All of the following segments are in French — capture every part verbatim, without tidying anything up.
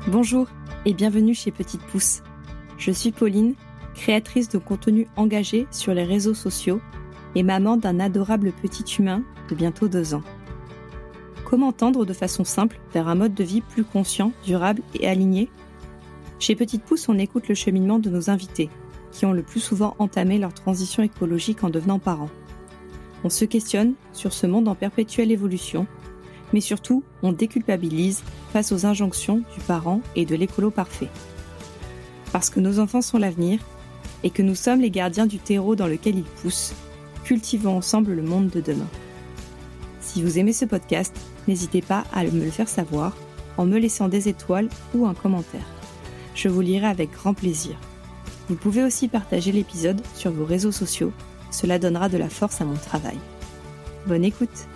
Bonjour et bienvenue chez Petite Pouce. Je suis Pauline, créatrice de contenu engagé sur les réseaux sociaux et maman d'un adorable petit humain de bientôt deux ans. Comment tendre de façon simple vers un mode de vie plus conscient, durable et aligné ? Chez Petite Pouce, on écoute le cheminement de nos invités, qui ont le plus souvent entamé leur transition écologique en devenant parents. On se questionne sur ce monde en perpétuelle évolution, mais surtout, on déculpabilise face aux injonctions du parent et de l'écolo parfait. Parce que nos enfants sont l'avenir et que nous sommes les gardiens du terreau dans lequel ils poussent, cultivons ensemble le monde de demain. Si vous aimez ce podcast, n'hésitez pas à me le faire savoir en me laissant des étoiles ou un commentaire. Je vous lirai avec grand plaisir. Vous pouvez aussi partager l'épisode sur vos réseaux sociaux, cela donnera de la force à mon travail. Bonne écoute!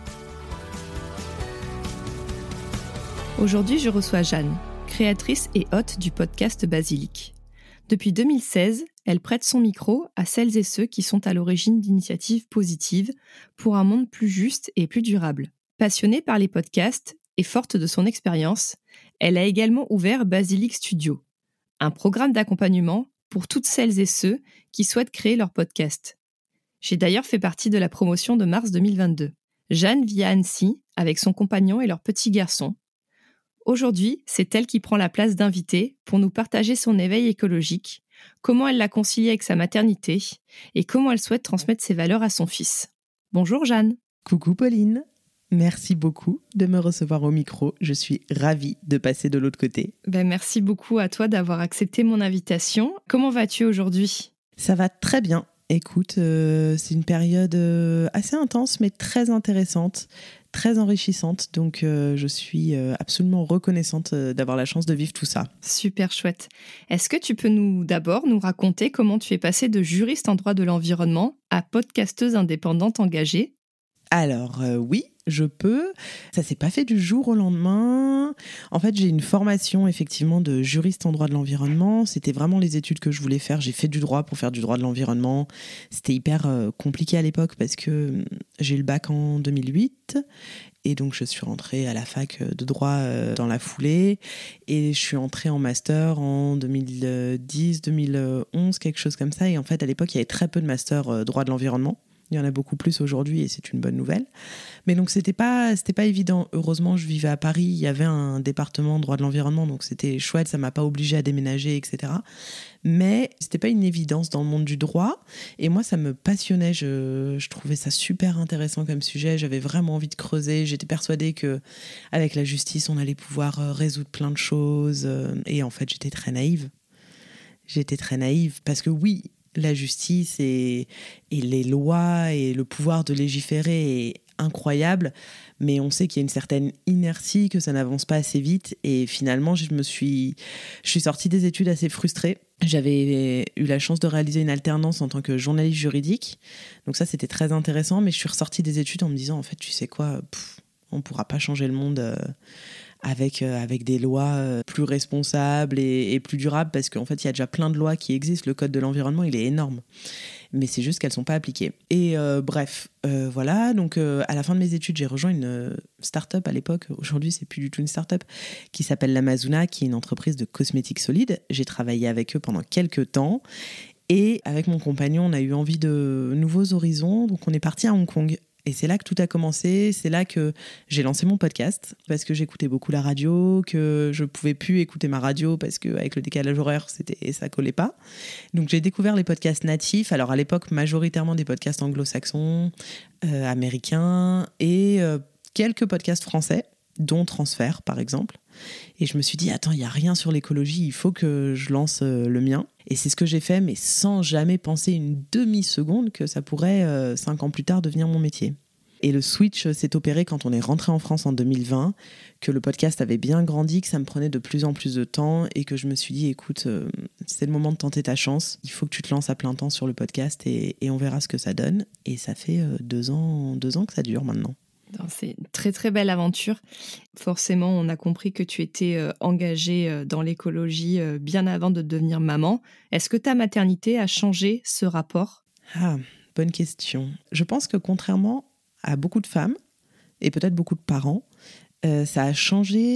Aujourd'hui, je reçois Jeanne, créatrice et hôte du podcast Basilic. Depuis deux mille seize, elle prête son micro à celles et ceux qui sont à l'origine d'initiatives positives pour un monde plus juste et plus durable. Passionnée par les podcasts et forte de son expérience, elle a également ouvert Basilic Studio, un programme d'accompagnement pour toutes celles et ceux qui souhaitent créer leur podcast. J'ai d'ailleurs fait partie de la promotion de mars deux mille vingt-deux. Jeanne vit à Annecy avec son compagnon et leur petit garçon. Aujourd'hui, c'est elle qui prend la place d'invitée pour nous partager son éveil écologique, comment elle l'a concilié avec sa maternité et comment elle souhaite transmettre ses valeurs à son fils. Bonjour Jeanne. Coucou Pauline, merci beaucoup de me recevoir au micro. Je suis ravie de passer de l'autre côté. Ben, merci beaucoup à toi d'avoir accepté mon invitation. Comment vas-tu aujourd'hui ? Ça va très bien. Écoute, euh, c'est une période euh, assez intense mais très intéressante, très enrichissante. Donc euh, je suis euh, absolument reconnaissante euh, d'avoir la chance de vivre tout ça. Super chouette. Est-ce que tu peux nous d'abord nous raconter comment tu es passée de juriste en droit de l'environnement à podcasteuse indépendante engagée ? Alors euh, oui, je peux. Ça s'est pas fait du jour au lendemain. En fait, j'ai une formation effectivement de juriste en droit de l'environnement. C'était vraiment les études que je voulais faire. J'ai fait du droit pour faire du droit de l'environnement. C'était hyper euh, compliqué à l'époque parce que j'ai eu le bac en deux mille huit et donc je suis rentrée à la fac de droit euh, dans la foulée et je suis entrée en master en deux mille dix deux mille onze, quelque chose comme ça. Et en fait, à l'époque, il y avait très peu de masters euh, droit de l'environnement. Il y en a beaucoup plus aujourd'hui et c'est une bonne nouvelle. Mais donc, c'était pas, c'était pas évident. Heureusement, je vivais à Paris. Il y avait un département droit de l'environnement, donc c'était chouette. Ça m'a pas obligée à déménager, et cetera. Mais c'était pas une évidence dans le monde du droit. Et moi, ça me passionnait. Je, je trouvais ça super intéressant comme sujet. J'avais vraiment envie de creuser. J'étais persuadée que avec la justice, on allait pouvoir résoudre plein de choses. Et en fait, j'étais très naïve. J'étais très naïve parce que oui, la justice et, et les lois et le pouvoir de légiférer est incroyable, mais on sait qu'il y a une certaine inertie, que ça n'avance pas assez vite. Et finalement, je me suis, je suis sortie des études assez frustrée. J'avais eu la chance de réaliser une alternance en tant que journaliste juridique. Donc ça, c'était très intéressant, mais je suis ressortie des études en me disant, en fait, tu sais quoi, pff, on ne pourra pas changer le monde euh, avec, euh, avec des lois euh, plus responsables et, et plus durables, parce qu'en fait, il y a déjà plein de lois qui existent. Le code de l'environnement, il est énorme. Mais c'est juste qu'elles ne sont pas appliquées. Et euh, bref, euh, voilà. Donc, euh, à la fin de mes études, j'ai rejoint une euh, start-up à l'époque. Aujourd'hui, c'est plus du tout une start-up, qui s'appelle l'Amazona, qui est une entreprise de cosmétiques solides. J'ai travaillé avec eux pendant quelques temps. Et avec mon compagnon, on a eu envie de nouveaux horizons. Donc, on est parti à Hong Kong. Et c'est là que tout a commencé, c'est là que j'ai lancé mon podcast, parce que j'écoutais beaucoup la radio, que je pouvais plus écouter ma radio, parce qu'avec le décalage horaire, c'était, ça collait pas. Donc j'ai découvert les podcasts natifs, alors à l'époque majoritairement des podcasts anglo-saxons, euh, américains, et euh, quelques podcasts français, dont Transfert par exemple. Et je me suis dit, attends, il n'y a rien sur l'écologie, il faut que je lance euh, le mien. Et c'est ce que j'ai fait, mais sans jamais penser une demi-seconde que ça pourrait, euh, cinq ans plus tard, devenir mon métier. Et le switch s'est opéré quand on est rentré en France en deux mille vingt, que le podcast avait bien grandi, que ça me prenait de plus en plus de temps et que je me suis dit, écoute, euh, c'est le moment de tenter ta chance. Il faut que tu te lances à plein temps sur le podcast et, et on verra ce que ça donne. Et ça fait euh, deux ans, deux ans que ça dure maintenant. C'est une très très belle aventure. Forcément, on a compris que tu étais euh, engagée euh, dans l'écologie euh, bien avant de devenir maman. Est-ce que ta maternité a changé ce rapport ? Ah, bonne question. Je pense que contrairement à beaucoup de femmes, et peut-être beaucoup de parents, euh, ça a changé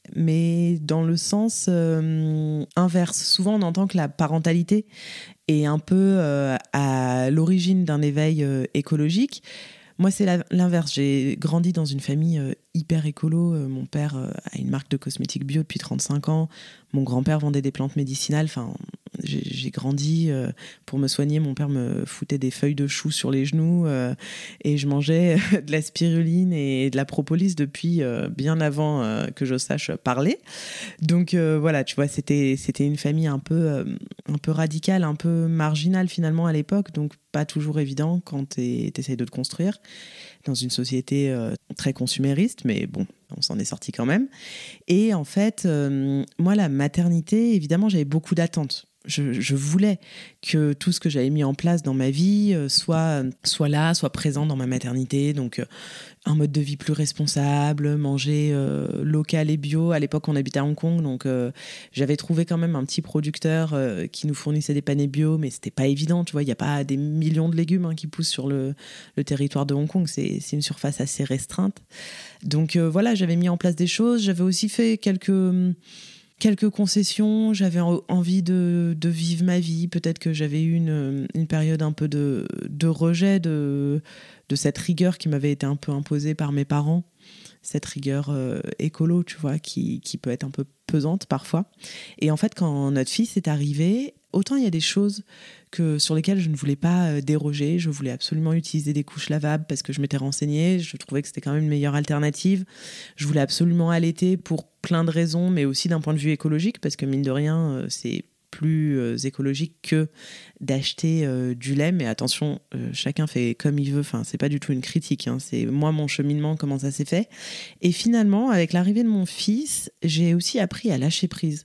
mais dans le sens euh, inverse. Souvent, on entend que la parentalité est un peu euh, à l'origine d'un éveil euh, écologique. Moi, c'est la, l'inverse. J'ai grandi dans une famille euh, hyper écolo. Euh, mon père euh, a une marque de cosmétiques bio depuis trente-cinq ans. Mon grand-père vendait des plantes médicinales. Enfin, j'ai, j'ai grandi euh, pour me soigner. Mon père me foutait des feuilles de chou sur les genoux euh, et je mangeais de la spiruline et de la propolis depuis euh, bien avant euh, que je sache parler. Donc euh, voilà, tu vois, c'était, c'était une famille un peu, euh, un peu radicale, un peu marginale finalement à l'époque. Donc pas toujours évident quand tu essayes de te construire dans une société euh, très consumériste, mais bon, on s'en est sorti quand même. Et en fait, euh, moi, la maternité, évidemment, j'avais beaucoup d'attentes. Je, je voulais que tout ce que j'avais mis en place dans ma vie euh, soit, soit là, soit présent dans ma maternité. Donc, euh, un mode de vie plus responsable, manger euh, local et bio. À l'époque, on habitait à Hong Kong, donc euh, j'avais trouvé quand même un petit producteur euh, qui nous fournissait des paniers bio, mais c'était pas évident, tu vois. Il n'y a pas des millions de légumes hein, qui poussent sur le, le territoire de Hong Kong. C'est, c'est une surface assez restreinte. Donc euh, voilà, j'avais mis en place des choses. J'avais aussi fait quelques... quelques concessions, j'avais envie de, de vivre ma vie. Peut-être que j'avais eu une, une période un peu de, de rejet de, de cette rigueur qui m'avait été un peu imposée par mes parents. Cette rigueur euh, écolo, tu vois, qui, qui peut être un peu pesante parfois. Et en fait, quand notre fils est arrivé, autant il y a des choses que, sur lesquelles je ne voulais pas euh, déroger. Je voulais absolument utiliser des couches lavables parce que je m'étais renseignée. Je trouvais que c'était quand même une meilleure alternative. Je voulais absolument allaiter pour plein de raisons, mais aussi d'un point de vue écologique, parce que mine de rien, euh, c'est plus euh, écologique que d'acheter euh, du lait. Mais attention, euh, chacun fait comme il veut. Enfin, c'est pas du tout une critique. Hein. C'est moi, mon cheminement, comment ça s'est fait. Et finalement, avec l'arrivée de mon fils, j'ai aussi appris à lâcher prise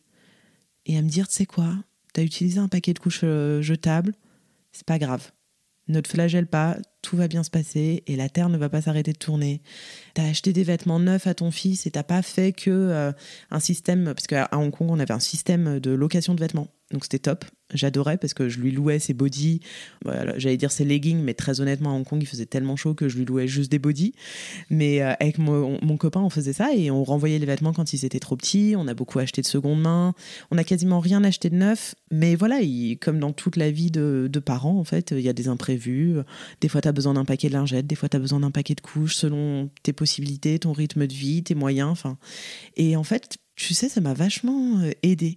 et à me dire, tu sais quoi, t'as utilisé un paquet de couches euh, jetables, c'est pas grave. Ne te flagelle pas, tout va bien se passer et la Terre ne va pas s'arrêter de tourner. T'as acheté des vêtements neufs à ton fils et t'as pas fait que euh, un système, parce qu'à Hong Kong, on avait un système de location de vêtements. Donc c'était top, j'adorais parce que je lui louais ses bodys, voilà, j'allais dire ses leggings, mais très honnêtement à Hong Kong il faisait tellement chaud que je lui louais juste des bodys. Mais euh, avec mon, mon copain on faisait ça et on renvoyait les vêtements quand ils étaient trop petits, on a beaucoup acheté de seconde main, on a quasiment rien acheté de neuf, mais voilà, il, comme dans toute la vie de, de parents en fait, il y a des imprévus, des fois t'as besoin d'un paquet de lingettes, des fois t'as besoin d'un paquet de couches selon tes possibilités, ton rythme de vie, tes moyens, enfin. Et en fait, tu sais, ça m'a vachement aidée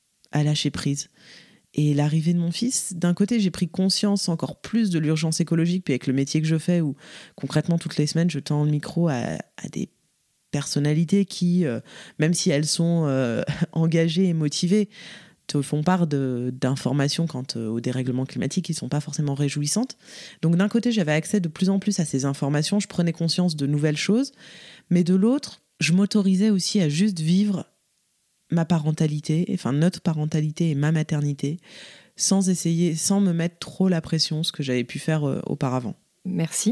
à lâcher prise. Et l'arrivée de mon fils, d'un côté, j'ai pris conscience encore plus de l'urgence écologique, puis avec le métier que je fais, où concrètement, toutes les semaines, je tends le micro à, à des personnalités qui, euh, même si elles sont euh, engagées et motivées, te font part de, d'informations quant au dérèglement climatique qui ne sont pas forcément réjouissantes. Donc d'un côté, j'avais accès de plus en plus à ces informations, je prenais conscience de nouvelles choses, mais de l'autre, je m'autorisais aussi à juste vivre ma parentalité, enfin notre parentalité et ma maternité, sans essayer, sans me mettre trop la pression, ce que j'avais pu faire euh, auparavant. Merci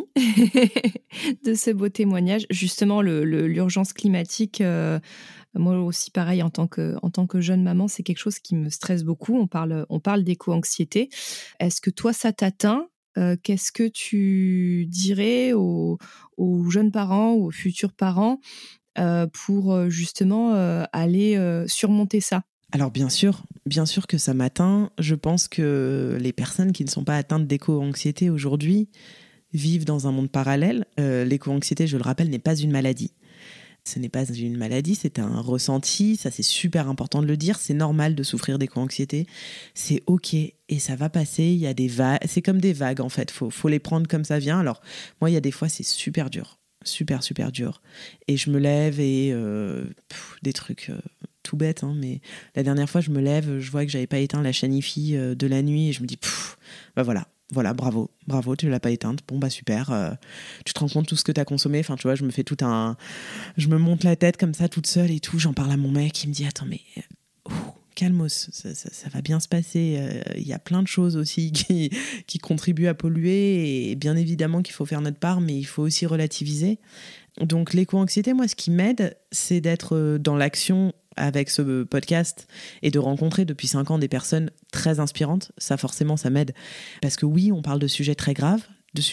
de ce beau témoignage. Justement, le, le, l'urgence climatique, euh, moi aussi pareil, en tant que, en tant que jeune maman, c'est quelque chose qui me stresse beaucoup. On parle, on parle d'éco-anxiété. Est-ce que toi, ça t'atteint ? euh, Qu'est-ce que tu dirais aux, aux jeunes parents ou aux futurs parents Euh, pour justement euh, aller euh, surmonter ça? Alors bien sûr, bien sûr que ça m'atteint. Je pense que les personnes qui ne sont pas atteintes d'éco-anxiété aujourd'hui vivent dans un monde parallèle. Euh, l'éco-anxiété, je le rappelle, n'est pas une maladie. Ce n'est pas une maladie, c'est un ressenti. Ça, c'est super important de le dire. C'est normal de souffrir d'éco-anxiété. C'est OK et ça va passer. Il y a des vagues. C'est comme des vagues en fait. Faut, faut les prendre comme ça vient. Alors moi, il y a des fois, c'est super dur. super super dur et je me lève et euh, pff, des trucs euh, tout bêtes hein, mais la dernière fois je me lève, je vois que j'avais pas éteint la chaîne hi-fi euh, de la nuit et je me dis pff, bah voilà voilà bravo bravo tu l'as pas éteinte, bon bah super, euh, tu te rends compte de tout ce que t'as consommé, enfin tu vois, je me fais tout un je me monte la tête comme ça toute seule et tout, j'en parle à mon mec, il me dit attends mais oh, calmos, ça, ça, ça va bien se passer. Il euh, y a plein de choses aussi qui, qui contribuent à polluer et bien évidemment qu'il faut faire notre part, mais il faut aussi relativiser. Donc l'éco-anxiété, moi, ce qui m'aide, c'est d'être dans l'action avec ce podcast et de rencontrer depuis cinq ans des personnes très inspirantes. Ça, forcément, ça m'aide. Parce que oui, on parle de sujets très graves, de sujets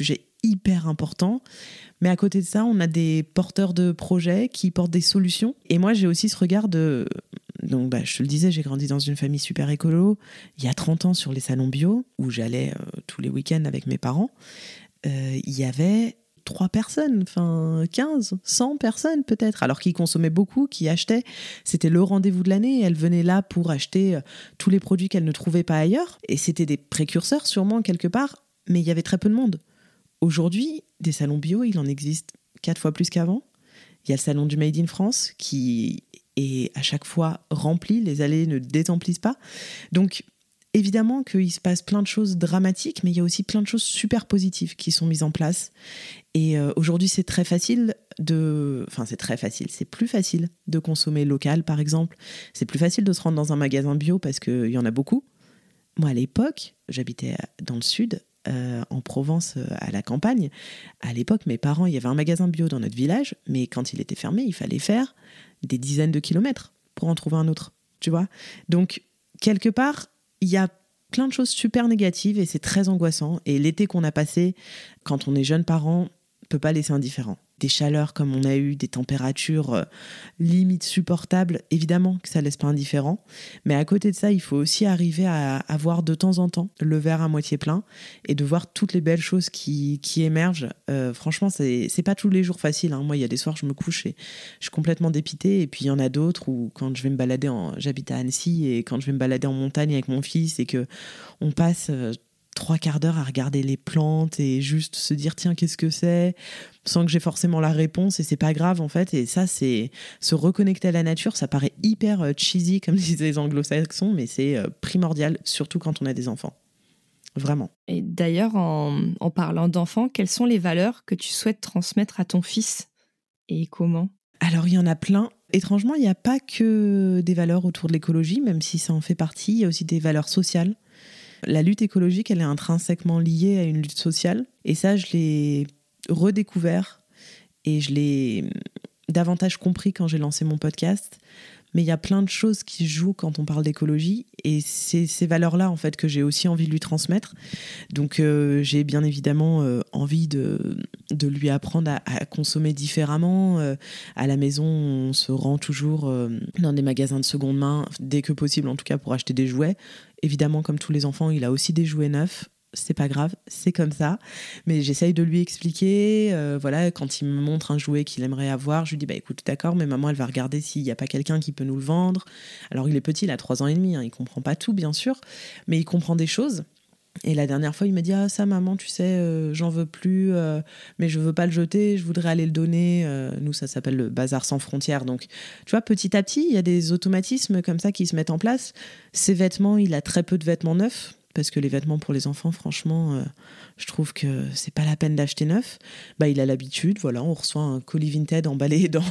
hyper important. Mais à côté de ça, on a des porteurs de projets qui portent des solutions. Et moi, j'ai aussi ce regard de... Donc, bah, je te le disais, j'ai grandi dans une famille super écolo. Il y a trente ans, sur les salons bio, où j'allais euh, tous les week-ends avec mes parents, euh, il y avait trois personnes, enfin quinze, cent personnes peut-être, alors qu'ils consommaient beaucoup, qui achetaient. C'était le rendez-vous de l'année. Elles venaient là pour acheter euh, tous les produits qu'elles ne trouvaient pas ailleurs. Et c'était des précurseurs, sûrement, quelque part, mais il y avait très peu de monde. Aujourd'hui, des salons bio, il en existe quatre fois plus qu'avant. Il y a le salon du Made in France qui est à chaque fois rempli, les allées ne désemplissent pas. Donc, évidemment qu'il se passe plein de choses dramatiques, mais il y a aussi plein de choses super positives qui sont mises en place. Et euh, aujourd'hui, c'est très facile de... Enfin, c'est très facile. C'est plus facile de consommer local, par exemple. C'est plus facile de se rendre dans un magasin bio parce qu'il y en a beaucoup. Moi, à l'époque, j'habitais dans le sud, Euh, en Provence, euh, à la campagne. À l'époque, mes parents, il y avait un magasin bio dans notre village, mais quand il était fermé, il fallait faire des dizaines de kilomètres pour en trouver un autre, tu vois. Donc, quelque part, il y a plein de choses super négatives et c'est très angoissant. Et l'été qu'on a passé, quand on est jeune parent, peut pas laisser indifférent. Des chaleurs comme on a eu, des températures euh, limite supportables, évidemment que ça laisse pas indifférent. Mais à côté de ça, il faut aussi arriver à avoir de temps en temps le verre à moitié plein et de voir toutes les belles choses qui, qui émergent. Euh, franchement, c'est, c'est pas tous les jours facile, hein. Moi, il y a des soirs, je me couche et je suis complètement dépitée. Et puis, il y en a d'autres où quand je vais me balader, en... j'habite à Annecy, et quand je vais me balader en montagne avec mon fils et qu'on passe... Euh, trois quarts d'heure à regarder les plantes et juste se dire tiens qu'est-ce que c'est, sans que j'ai forcément la réponse, et c'est pas grave en fait. Et ça, c'est se reconnecter à la nature. Ça paraît hyper cheesy comme disaient les anglo-saxons, mais c'est primordial, surtout quand on a des enfants, vraiment. Et d'ailleurs, en, en parlant d'enfants, quelles sont les valeurs que tu souhaites transmettre à ton fils et comment? Alors il y en a plein. Étrangement, il n'y a pas que des valeurs autour de l'écologie, même si ça en fait partie. Il y a aussi des valeurs sociales. La lutte écologique, elle est intrinsèquement liée à une lutte sociale. Et ça, je l'ai redécouvert et je l'ai davantage compris quand j'ai lancé mon podcast. Mais il y a plein de choses qui jouent quand on parle d'écologie. Et c'est ces valeurs-là, en fait, que j'ai aussi envie de lui transmettre. Donc, euh, j'ai bien évidemment euh, envie de, de lui apprendre à, à consommer différemment. Euh, à la maison, on se rend toujours euh, dans des magasins de seconde main, dès que possible, en tout cas, pour acheter des jouets. Évidemment, comme tous les enfants, il a aussi des jouets neufs. C'est pas grave, c'est comme ça. Mais j'essaye de lui expliquer. Euh, voilà, quand il me montre un jouet qu'il aimerait avoir, je lui dis bah écoute, d'accord, mais maman, elle va regarder s'il n'y a pas quelqu'un qui peut nous le vendre. Alors il est petit, il a trois ans et demi, hein, il comprend pas tout, bien sûr, mais il comprend des choses. Et la dernière fois, il m'a dit ah ça maman, tu sais, euh, j'en veux plus, euh, mais je veux pas le jeter, je voudrais aller le donner. Euh, nous, ça s'appelle le bazar sans frontières. Donc, tu vois, petit à petit, il y a des automatismes comme ça qui se mettent en place. Ses vêtements, il a très peu de vêtements neufs. Parce que les vêtements pour les enfants, franchement, euh, je trouve que c'est pas la peine d'acheter neuf. Bah, il a l'habitude, voilà, on reçoit un colis Vinted emballé dans...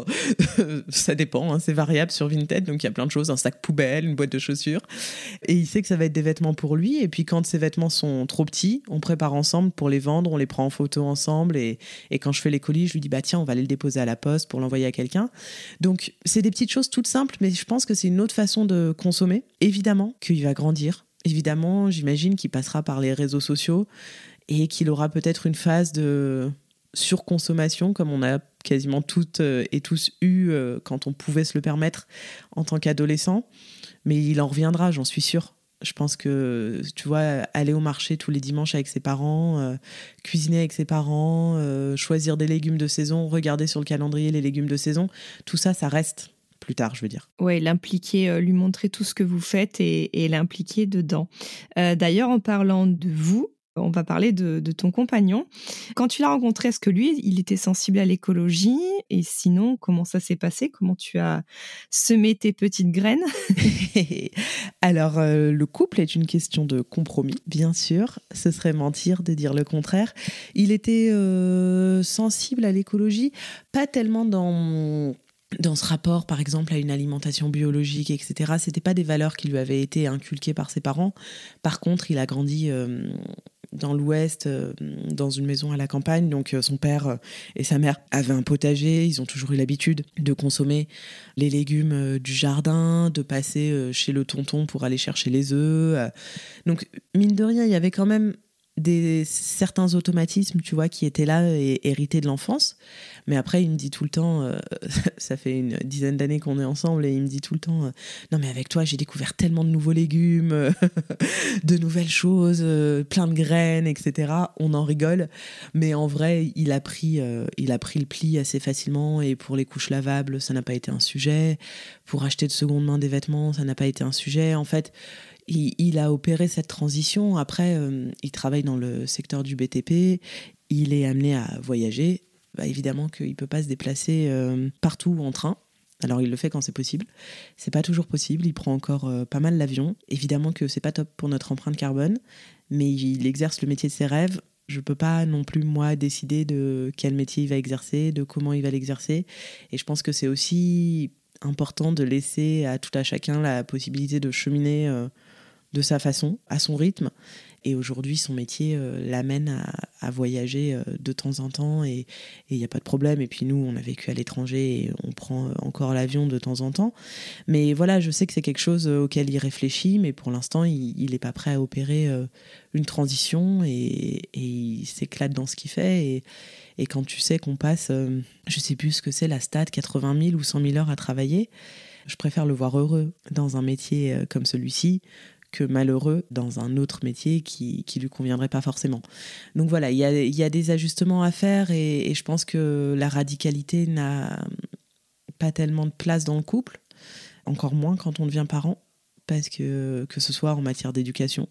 ça dépend, hein, c'est variable sur Vinted, donc il y a plein de choses, un sac poubelle, une boîte de chaussures. Et il sait que ça va être des vêtements pour lui. Et puis quand ses vêtements sont trop petits, on prépare ensemble pour les vendre, on les prend en photo ensemble. Et, et quand je fais les colis, je lui dis, bah tiens, on va aller le déposer à la poste pour l'envoyer à quelqu'un. Donc c'est des petites choses toutes simples, mais je pense que c'est une autre façon de consommer. Évidemment qu'il va grandir. Évidemment, j'imagine qu'il passera par les réseaux sociaux et qu'il aura peut-être une phase de surconsommation, comme on a quasiment toutes et tous eu quand on pouvait se le permettre en tant qu'adolescent. Mais il en reviendra, j'en suis sûre. Je pense que, tu vois, aller au marché tous les dimanches avec ses parents, euh, cuisiner avec ses parents, euh, choisir des légumes de saison, regarder sur le calendrier les légumes de saison, tout ça, ça reste. Plus tard, je veux dire. Ouais, l'impliquer, euh, lui montrer tout ce que vous faites et, et l'impliquer dedans. Euh, d'ailleurs, en parlant de vous, on va parler de, de ton compagnon. Quand tu l'as rencontré, est-ce que lui, il était sensible à l'écologie? Et sinon, comment ça s'est passé? Comment tu as semé tes petites graines? Alors, euh, le couple est une question de compromis, bien sûr. Ce serait mentir de dire le contraire. Il était euh, sensible à l'écologie, pas tellement dans... Dans ce rapport, par exemple, à une alimentation biologique, et cetera, c'était pas des valeurs qui lui avaient été inculquées par ses parents. Par contre, il a grandi euh, dans l'Ouest, euh, dans une maison à la campagne. Donc, euh, son père euh, et sa mère avaient un potager. Ils ont toujours eu l'habitude de consommer les légumes euh, du jardin, de passer euh, chez le tonton pour aller chercher les œufs. Euh. Donc, mine de rien, il y avait quand même des certains automatismes, tu vois, qui étaient là et hérités de l'enfance. Mais après, il me dit tout le temps, euh, ça fait une dizaine d'années qu'on est ensemble, et il me dit tout le temps, euh, non mais avec toi, j'ai découvert tellement de nouveaux légumes, euh, de nouvelles choses, euh, plein de graines, et cetera. On en rigole, mais en vrai, il a pris, euh, il a pris le pli assez facilement, et pour les couches lavables, ça n'a pas été un sujet. Pour acheter de seconde main des vêtements, ça n'a pas été un sujet. En fait, Il, il a opéré cette transition. Après, euh, il travaille dans le secteur du B T P. Il est amené à voyager. Bah, évidemment qu'il ne peut pas se déplacer euh, partout en train. Alors, il le fait quand c'est possible. C'est pas toujours possible. Il prend encore euh, pas mal l'avion. Évidemment que c'est pas top pour notre empreinte carbone, mais il exerce le métier de ses rêves. Je peux pas non plus, moi, décider de quel métier il va exercer, de comment il va l'exercer. Et je pense que c'est aussi important de laisser à tout à chacun la possibilité de cheminer euh, de sa façon, à son rythme. Et aujourd'hui, son métier euh, l'amène à, à voyager euh, de temps en temps, et il n'y a pas de problème. Et puis nous, on a vécu à l'étranger et on prend encore l'avion de temps en temps. Mais voilà, je sais que c'est quelque chose auquel il réfléchit, mais pour l'instant, il n'est pas prêt à opérer euh, une transition, et, et il s'éclate dans ce qu'il fait. Et, et quand tu sais qu'on passe, euh, je ne sais plus ce que c'est la stat, quatre-vingt mille ou cent mille heures à travailler, je préfère le voir heureux dans un métier euh, comme celui-ci que malheureux dans un autre métier qui qui lui conviendrait pas forcément. Donc voilà, il y a il y a des ajustements à faire, et, et je pense que la radicalité n'a pas tellement de place dans le couple, encore moins quand on devient parent, parce que que ce soit en matière d'éducation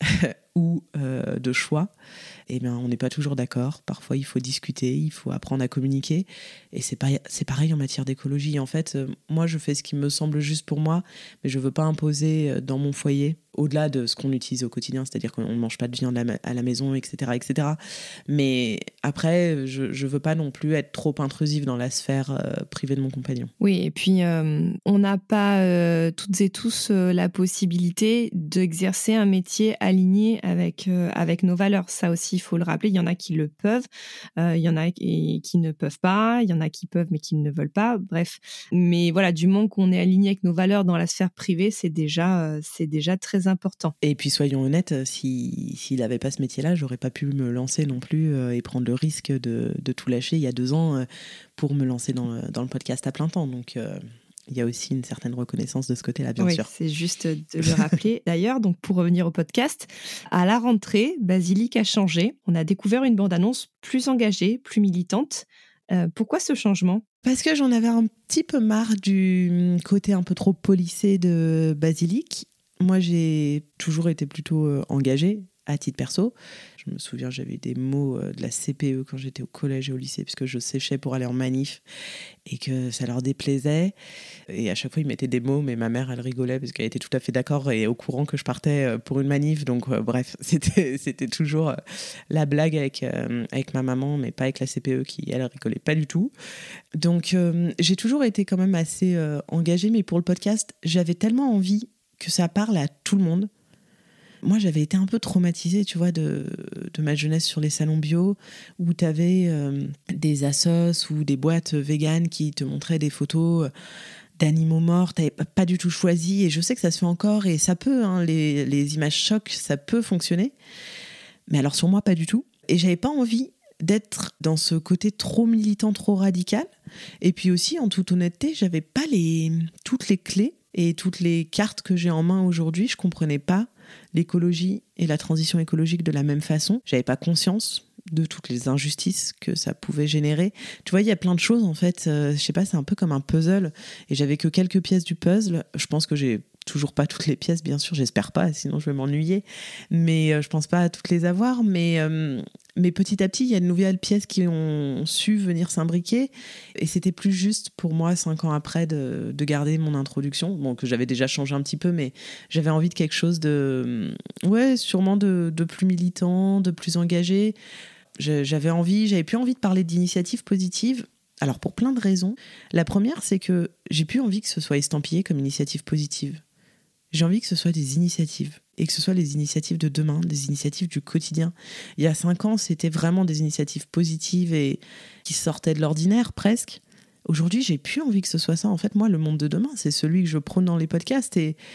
ou euh, de choix, eh bien, on n'est pas toujours d'accord. Parfois, il faut discuter, il faut apprendre à communiquer. Et c'est, pas, c'est pareil en matière d'écologie. En fait, euh, moi, je fais ce qui me semble juste pour moi, mais je ne veux pas imposer dans mon foyer, au-delà de ce qu'on utilise au quotidien, c'est-à-dire qu'on ne mange pas de viande à la maison, et cetera, et cetera. Mais après, je ne veux pas non plus être trop intrusive dans la sphère euh, privée de mon compagnon. Oui, et puis euh, on n'a pas euh, toutes et tous euh, la possibilité d'exercer un métier aligné avec, euh, avec nos valeurs. Ça aussi, il faut le rappeler, il y en a qui le peuvent, euh, il y en a qui, qui ne peuvent pas, il y en a qui peuvent mais qui ne veulent pas, bref. Mais voilà, du moment qu'on est aligné avec nos valeurs dans la sphère privée, c'est déjà, euh, c'est déjà très important. Et puis soyons honnêtes, si, s'il n'avait pas ce métier-là, j'aurais pas pu me lancer non plus euh, et prendre le risque de, de tout lâcher il y a deux ans euh, pour me lancer dans, dans le podcast à plein temps. Donc euh, il y a aussi une certaine reconnaissance de ce côté-là, bien oui, sûr. C'est juste de le rappeler. D'ailleurs, donc pour revenir au podcast, à la rentrée, Basilic a changé. On a découvert une bande-annonce plus engagée, plus militante. Euh, pourquoi ce changement ? Parce que j'en avais un petit peu marre du côté un peu trop policé de Basilic. Moi, j'ai toujours été plutôt euh, engagée à titre perso. Je me souviens, j'avais des mots euh, de la C P E quand j'étais au collège et au lycée, puisque je séchais pour aller en manif et que ça leur déplaisait. Et à chaque fois, ils mettaient des mots, mais ma mère, elle rigolait parce qu'elle était tout à fait d'accord et au courant que je partais pour une manif. Donc, euh, bref, c'était, c'était toujours euh, la blague avec, euh, avec ma maman, mais pas avec la C P E qui, elle, rigolait pas du tout. Donc, euh, j'ai toujours été quand même assez euh, engagée, mais pour le podcast, j'avais tellement envie que ça parle à tout le monde. Moi, j'avais été un peu traumatisée, tu vois, de, de ma jeunesse sur les salons bio, où tu avais euh, des assos ou des boîtes véganes qui te montraient des photos d'animaux morts, tu n'avais pas du tout choisi, et je sais que ça se fait encore, et ça peut, hein, les, les images chocs, ça peut fonctionner, mais alors sur moi, pas du tout. Et j'avais pas envie d'être dans ce côté trop militant, trop radical, et puis aussi, en toute honnêteté, j'avais pas les, toutes les clés et toutes les cartes que j'ai en main aujourd'hui. Je comprenais pas l'écologie et la transition écologique de la même façon. J'avais pas conscience de toutes les injustices que ça pouvait générer. Tu vois, il y a plein de choses, en fait. Euh, je sais pas, c'est un peu comme un puzzle. Et j'avais que quelques pièces du puzzle. Je pense que j'ai toujours pas toutes les pièces, bien sûr. J'espère pas, sinon je vais m'ennuyer. Mais euh, je pense pas à toutes les avoir. Mais, euh, mais petit à petit, il y a de nouvelles pièces qui ont su venir s'imbriquer. Et c'était plus juste pour moi, cinq ans après, de, de garder mon introduction. Bon, que j'avais déjà changé un petit peu, mais j'avais envie de quelque chose de... Ouais, sûrement de, de plus militant, de plus engagé. J'avais envie, j'avais plus envie de parler d'initiatives positives. Alors, pour plein de raisons. La première, c'est que j'ai plus envie que ce soit estampillé comme initiative positive. J'ai envie que ce soit des initiatives, et que ce soit les initiatives de demain, des initiatives du quotidien. Il y a cinq ans, c'était vraiment des initiatives positives et qui sortaient de l'ordinaire, presque. Aujourd'hui, j'ai plus envie que ce soit ça. En fait, moi, le monde de demain, c'est celui que je prône dans les podcasts, et,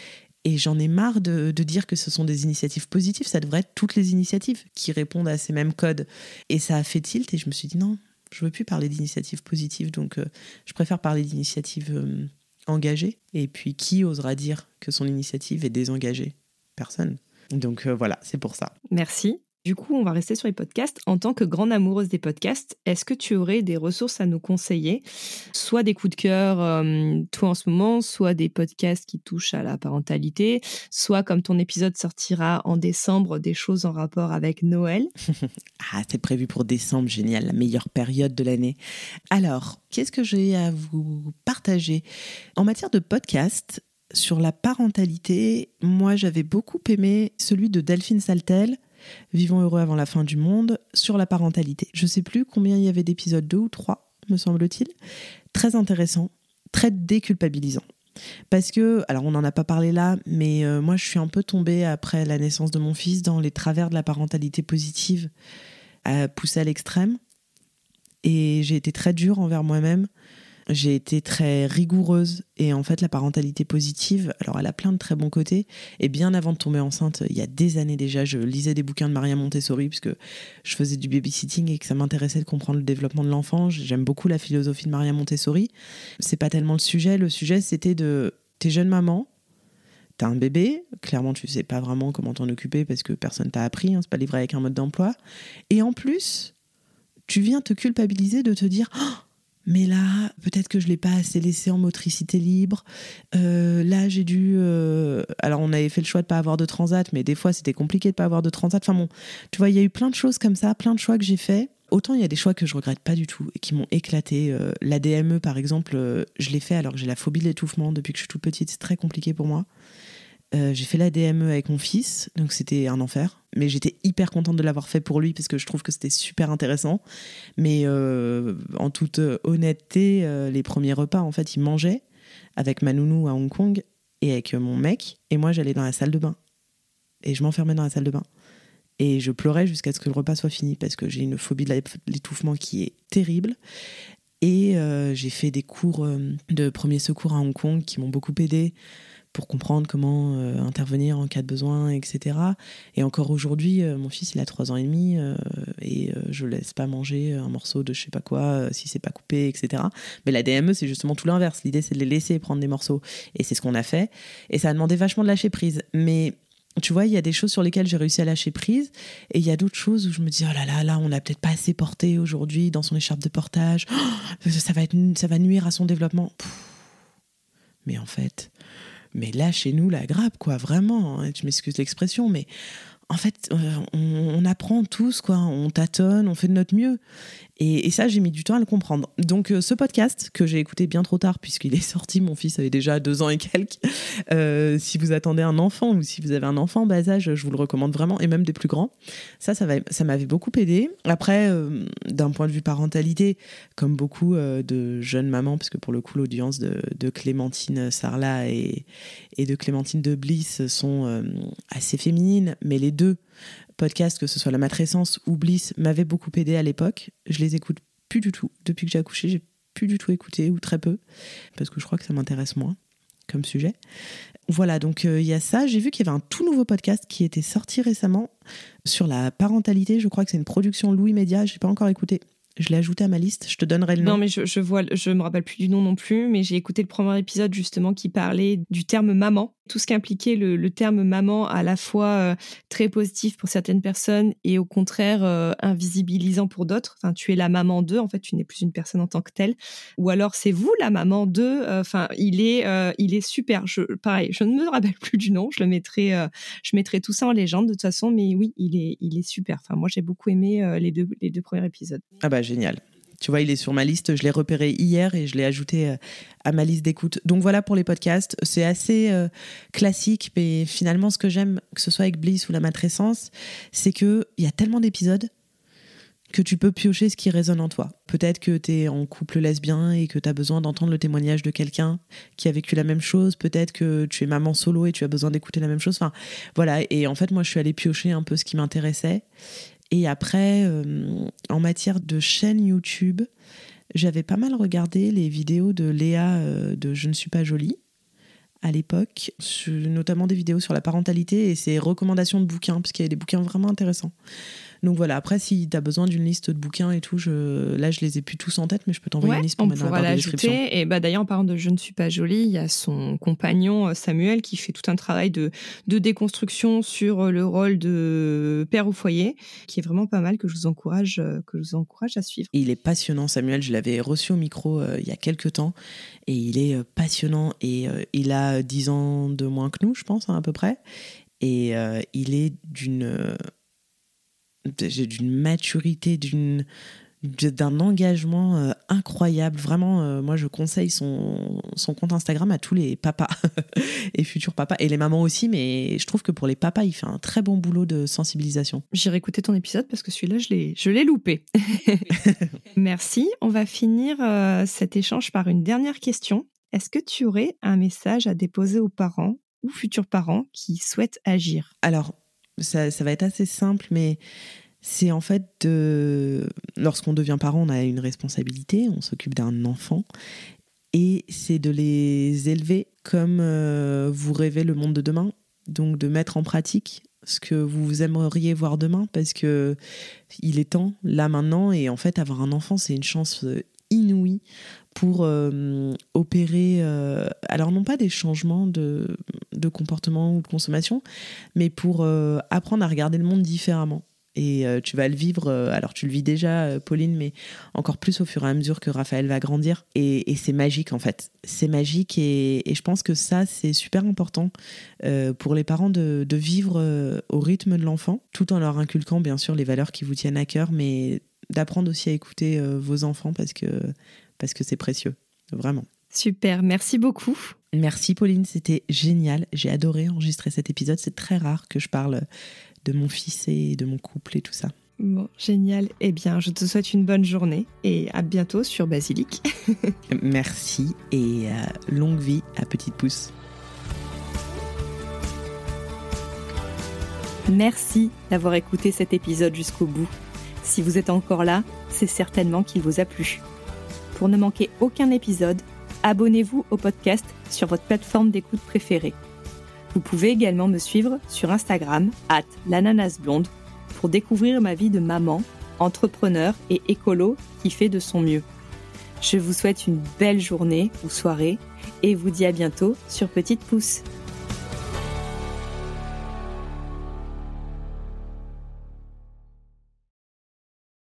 Et j'en ai marre de, de dire que ce sont des initiatives positives. Ça devrait être toutes les initiatives qui répondent à ces mêmes codes. Et ça a fait tilt et je me suis dit non, je ne veux plus parler d'initiatives positives. Donc euh, je préfère parler d'initiatives euh, engagées. Et puis qui osera dire que son initiative est désengagée ? Personne. Donc euh, voilà, c'est pour ça. Merci. Du coup, on va rester sur les podcasts. En tant que grande amoureuse des podcasts, est-ce que tu aurais des ressources à nous conseiller ? Soit des coups de cœur, euh, toi en ce moment, soit des podcasts qui touchent à la parentalité, soit comme ton épisode sortira en décembre, des choses en rapport avec Noël. Ah, c'est prévu pour décembre, génial, la meilleure période de l'année. Alors, qu'est-ce que j'ai à vous partager ? En matière de podcast, sur la parentalité, moi j'avais beaucoup aimé celui de Delphine Saltel, Vivons heureux avant la fin du monde, sur la parentalité. Je ne sais plus combien il y avait d'épisodes, deux ou trois, me semble-t-il. Très intéressant, très déculpabilisant. Parce que, alors on n'en a pas parlé là, mais euh, moi je suis un peu tombée après la naissance de mon fils dans les travers de la parentalité positive, à pousser à l'extrême. Et j'ai été très dure envers moi-même. J'ai été très rigoureuse et en fait la parentalité positive, alors elle a plein de très bons côtés et bien avant de tomber enceinte, il y a des années déjà, je lisais des bouquins de Maria Montessori puisque je faisais du babysitting et que ça m'intéressait de comprendre le développement de l'enfant. J'aime beaucoup la philosophie de Maria Montessori. C'est pas tellement le sujet, le sujet c'était de t'es jeune maman, t'as un bébé, clairement tu sais pas vraiment comment t'en occuper parce que personne t'a appris, hein, c'est pas livré avec un mode d'emploi et en plus tu viens te culpabiliser de te dire oh, mais là, peut-être que je ne l'ai pas assez laissé en motricité libre. Euh, là, j'ai dû... Euh... Alors, on avait fait le choix de ne pas avoir de transat, mais des fois, c'était compliqué de ne pas avoir de transat. Enfin bon, tu vois, il y a eu plein de choses comme ça, plein de choix que j'ai faits. Autant, il y a des choix que je ne regrette pas du tout et qui m'ont éclaté. Euh, L'A D M E, par exemple, euh, je l'ai fait alors que j'ai la phobie de l'étouffement. Depuis que je suis toute petite, c'est très compliqué pour moi. Euh, j'ai fait l'A D M E avec mon fils, donc c'était un enfer. Mais j'étais hyper contente de l'avoir fait pour lui parce que je trouve que c'était super intéressant. Mais euh, en toute honnêteté, euh, les premiers repas, en fait, il mangeait avec ma nounou à Hong Kong et avec mon mec. Et moi, j'allais dans la salle de bain. Et je m'enfermais dans la salle de bain. Et je pleurais jusqu'à ce que le repas soit fini parce que j'ai une phobie de l'étouffement qui est terrible. Et euh, j'ai fait des cours de premier secours à Hong Kong qui m'ont beaucoup aidée pour comprendre comment euh, intervenir en cas de besoin, et cetera. Et encore aujourd'hui, euh, mon fils, il a trois ans et demi euh, et euh, je ne laisse pas manger un morceau de je sais pas quoi euh, si c'est pas coupé, et cetera. Mais la D M E, c'est justement tout l'inverse. L'idée, c'est de les laisser prendre des morceaux. Et c'est ce qu'on a fait. Et ça a demandé vachement de lâcher prise. Mais tu vois, il y a des choses sur lesquelles j'ai réussi à lâcher prise et il y a d'autres choses où je me dis oh là là, là, on n'a peut-être pas assez porté aujourd'hui dans son écharpe de portage. Oh, ça va être, ça va nuire à son développement. Pff. Mais en fait... Mais lâchez-nous la grappe, quoi, vraiment. Hein. Tu m'excuses l'expression, mais en fait, euh, on, on apprend tous, quoi. On tâtonne, on fait de notre mieux. Et, et ça, j'ai mis du temps à le comprendre. Donc, euh, ce podcast, que j'ai écouté bien trop tard, puisqu'il est sorti, mon fils avait déjà deux ans et quelques. Euh, si vous attendez un enfant ou si vous avez un enfant en bas âge, je vous le recommande vraiment, et même des plus grands. Ça, ça, va, ça m'avait beaucoup aidé. Après, euh, d'un point de vue parentalité, comme beaucoup euh, de jeunes mamans, parce que pour le coup, l'audience de, de Clémentine Sarlat et, et de Clémentine de Bliss sont euh, assez féminines, mais les deux podcasts, que ce soit La Matrescence ou Bliss, m'avaient beaucoup aidé à l'époque. Je les écoute plus du tout. Depuis que j'ai accouché, j'ai plus du tout écouté, ou très peu, parce que je crois que ça m'intéresse moins comme sujet. Voilà, donc il euh, y a ça. J'ai vu qu'il y avait un tout nouveau podcast qui était sorti récemment sur la parentalité. Je crois que c'est une production Louis Média. Je n'ai pas encore écouté. Je l'ai ajouté à ma liste, je te donnerai le nom. Non, mais je, je vois, je me rappelle plus du nom non plus, mais j'ai écouté le premier épisode justement qui parlait du terme maman, tout ce qu'impliquait le, le terme maman, à la fois euh, très positif pour certaines personnes et au contraire euh, invisibilisant pour d'autres. Enfin, tu es la maman d'eux, en fait, tu n'es plus une personne en tant que telle. Ou alors c'est vous la maman d'eux. Enfin, euh, il est, euh, il est super. Je, pareil, je ne me rappelle plus du nom. Je le mettrai, euh, je mettrai tout ça en légende de toute façon. Mais oui, il est, il est super. Enfin, moi j'ai beaucoup aimé euh, les deux, les deux premiers épisodes. Ah bah génial. Tu vois, il est sur ma liste, je l'ai repéré hier et je l'ai ajouté à ma liste d'écoute. Donc voilà pour les podcasts, c'est assez euh, classique, mais finalement ce que j'aime, que ce soit avec Bliss ou La Matrescence, c'est qu'il y a tellement d'épisodes que tu peux piocher ce qui résonne en toi. Peut-être que tu es en couple lesbien et que tu as besoin d'entendre le témoignage de quelqu'un qui a vécu la même chose. Peut-être que tu es maman solo et tu as besoin d'écouter la même chose. Enfin, voilà. Et en fait, moi, je suis allée piocher un peu ce qui m'intéressait. Et après, euh, en matière de chaîne YouTube, j'avais pas mal regardé les vidéos de Léa euh, de Je ne suis pas jolie, à l'époque, sur- notamment des vidéos sur la parentalité et ses recommandations de bouquins, parce qu'il y avait des bouquins vraiment intéressants. Donc voilà, après, si tu as besoin d'une liste de bouquins et tout, je... là, je les ai plus tous en tête, mais je peux t'envoyer Ouais, une liste pour on mettre dans la pourra barre de description. l'ajouter. Et bah, d'ailleurs, en parlant de Je ne suis pas jolie, il y a son compagnon Samuel qui fait tout un travail de, de déconstruction sur le rôle de père au foyer, qui est vraiment pas mal, que je vous encourage, que je vous encourage à suivre. Il est passionnant, Samuel. Je l'avais reçu au micro euh, il y a quelques temps et il est euh, passionnant. Et euh, il a dix ans de moins que nous, je pense, hein, à peu près. Et euh, il est d'une... Euh, d'une maturité, d'une, d'un engagement euh, incroyable. Vraiment, euh, moi, je conseille son, son compte Instagram à tous les papas et futurs papas, et les mamans aussi, mais je trouve que pour les papas, il fait un très bon boulot de sensibilisation. J'irai écouter ton épisode parce que celui-là, je l'ai, je l'ai loupé. Merci. On va finir euh, cet échange par une dernière question. Est-ce que tu aurais un message à déposer aux parents ou futurs parents qui souhaitent agir ? Alors, ça, ça va être assez simple, mais c'est en fait de... Lorsqu'on devient parent, on a une responsabilité, on s'occupe d'un enfant, et c'est de les élever comme euh, vous rêvez le monde de demain, donc de mettre en pratique ce que vous aimeriez voir demain, parce que il est temps, là maintenant, et en fait, avoir un enfant, c'est une chance inouïe pour euh, opérer, euh, alors non pas des changements de, de comportement ou de consommation, mais pour euh, apprendre à regarder le monde différemment. Et euh, tu vas le vivre, euh, alors tu le vis déjà, euh, Pauline, mais encore plus au fur et à mesure que Raphaël va grandir. Et, et c'est magique, en fait. C'est magique, et, et je pense que ça, c'est super important euh, pour les parents de, de vivre euh, au rythme de l'enfant, tout en leur inculquant, bien sûr, les valeurs qui vous tiennent à cœur, mais d'apprendre aussi à écouter euh, vos enfants, parce que, parce que c'est précieux, vraiment. Super, merci beaucoup. Merci, Pauline, c'était génial. J'ai adoré enregistrer cet épisode. C'est très rare que je parle de mon fils et de mon couple et tout ça. Bon, génial. Eh bien, je te souhaite une bonne journée et à bientôt sur Basilic. Merci et euh, longue vie à Petite Pouce. Merci d'avoir écouté cet épisode jusqu'au bout. Si vous êtes encore là, c'est certainement qu'il vous a plu. Pour ne manquer aucun épisode, abonnez-vous au podcast sur votre plateforme d'écoute préférée. Vous pouvez également me suivre sur Instagram, arobase l'ananasblonde, pour découvrir ma vie de maman, entrepreneur et écolo qui fait de son mieux. Je vous souhaite une belle journée ou soirée et vous dis à bientôt sur Petite Pouce.